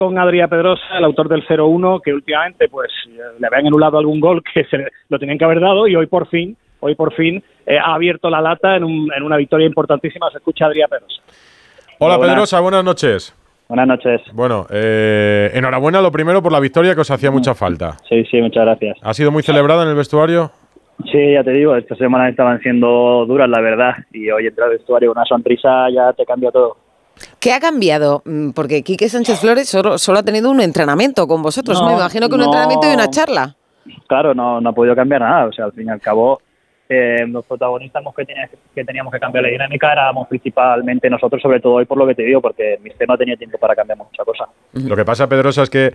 con Adrià Pedrosa, el autor del 0-1, que últimamente pues le habían anulado algún gol que lo tenían que haber dado, y hoy por fin ha abierto la lata en una victoria importantísima. Se escucha Adrià Pedrosa. Hola Pedrosa, buenas noches. Buenas noches. Bueno, enhorabuena lo primero por la victoria, que os hacía mucha falta. Sí, muchas gracias. ¿Ha sido muy celebrada en el vestuario? Sí, ya te digo, esta semana estaban siendo duras, la verdad, y hoy entrar al vestuario con una sonrisa ya te cambia todo. ¿Qué ha cambiado? Porque Quique Sánchez Flores solo ha tenido un entrenamiento con vosotros. Me imagino que un entrenamiento y una charla. Claro, no ha podido cambiar nada. O sea, al fin y al cabo, los protagonistas que teníamos que cambiar la dinámica éramos principalmente nosotros, sobre todo hoy, por lo que te digo, porque el míster no tenía tiempo para cambiar mucha cosa. Lo que pasa, Pedrosa, es que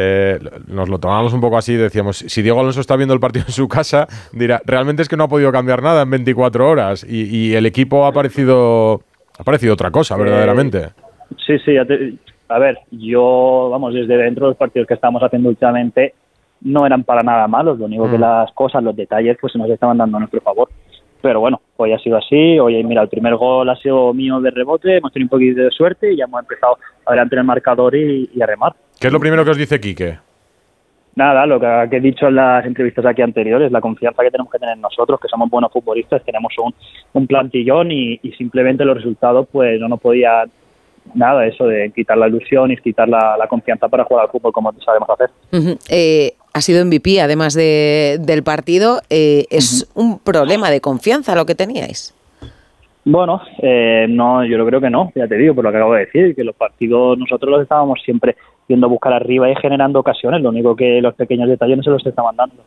nos lo tomamos un poco así. Decíamos, si Diego Alonso está viendo el partido en su casa, dirá, realmente es que no ha podido cambiar nada en 24 horas. Y el equipo ha parecido otra cosa, verdaderamente. Sí, a ver, desde dentro de los partidos que estamos haciendo últimamente no eran para nada malos, lo único que las cosas, los detalles, pues se nos estaban dando a nuestro favor. Pero bueno, hoy ha sido así. Hoy, mira, el primer gol ha sido mío de rebote, hemos tenido un poquito de suerte y ya hemos empezado adelante en el marcador y a remar. ¿Qué es lo primero que os dice Quique? Nada, lo que he dicho en las entrevistas aquí anteriores, la confianza que tenemos que tener nosotros, que somos buenos futbolistas, tenemos un plantillón y simplemente los resultados pues no nos podían nada, eso de quitar la ilusión y quitar la confianza para jugar al fútbol como sabemos hacer. Ha sido MVP además del partido. ¿Es un problema de confianza lo que teníais? Bueno, no, yo creo que no, ya te digo, por lo que acabo de decir, que los partidos nosotros los estábamos siempre yendo a buscar arriba y generando ocasiones, lo único que los pequeños detalles no se los estaban dando.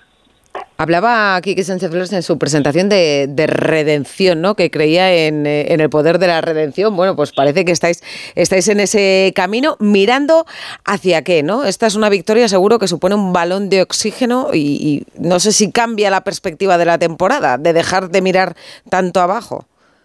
Hablaba Quique Sánchez Flores en su presentación de redención, ¿no? Que creía en el poder de la redención. Bueno, pues parece que estáis en ese camino, mirando hacia qué, ¿no? Esta es una victoria seguro que supone un balón de oxígeno y no sé si cambia la perspectiva de la temporada, de dejar de mirar tanto abajo.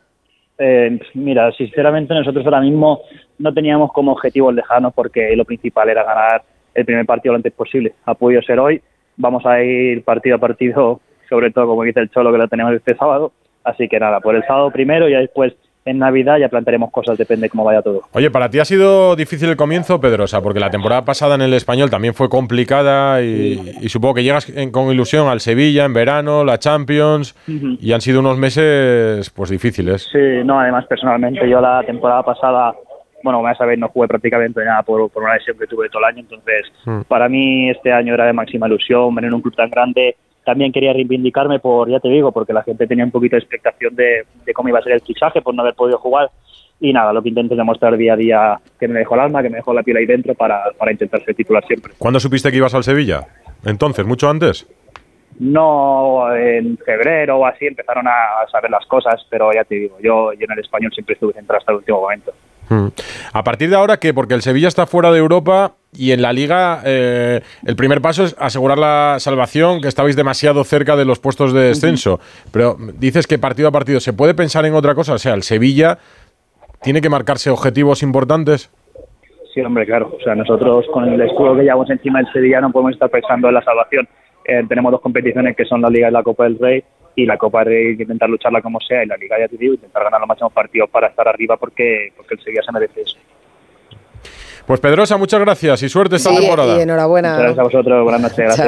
Mira, sinceramente nosotros ahora mismo no teníamos como objetivo lejanos porque lo principal era ganar el primer partido lo antes posible. Ha podido ser hoy, vamos a ir partido a partido, sobre todo como dice el Cholo que lo tenemos este sábado, así que nada, por el sábado primero y después en Navidad ya plantearemos cosas, depende de cómo vaya todo. Oye, ¿para ti ha sido difícil el comienzo, Pedrosa? Porque la temporada pasada en el Español también fue complicada y supongo que llegas con ilusión al Sevilla en verano, la Champions, y han sido unos meses pues difíciles. Sí, no, además personalmente yo la temporada pasada, bueno, como ya sabéis, no jugué prácticamente nada por una lesión que tuve todo el año, entonces para mí este año era de máxima ilusión, venir en un club tan grande. También quería reivindicarme ya te digo, porque la gente tenía un poquito de expectación de cómo iba a ser el fichaje por no haber podido jugar. Y nada, lo que intento es demostrar día a día que me dejó el alma, que me dejó la piel ahí dentro para intentar ser titular siempre. ¿Cuándo supiste que ibas al Sevilla? Entonces, ¿mucho antes? No, en febrero o así empezaron a saber las cosas, pero ya te digo, yo en el Español siempre estuve centrado hasta el último momento. A partir de ahora, ¿qué? Porque el Sevilla está fuera de Europa y en la Liga el primer paso es asegurar la salvación, que estabais demasiado cerca de los puestos de descenso. Pero dices que partido a partido, ¿se puede pensar en otra cosa? O sea, ¿el Sevilla tiene que marcarse objetivos importantes? Sí, hombre, claro. O sea, nosotros con el escudo que llevamos encima del Sevilla no podemos estar pensando en la salvación. Tenemos dos competiciones que son la Liga y la Copa del Rey, y la Copa del Rey hay que intentar lucharla como sea, y la Liga, ya te digo, intentar ganar los máximos partidos para estar arriba porque el Sevilla se merece eso. Pues Pedrosa, muchas gracias y suerte esta temporada. Y enhorabuena. Muchas gracias a vosotros, buenas noches, gracias.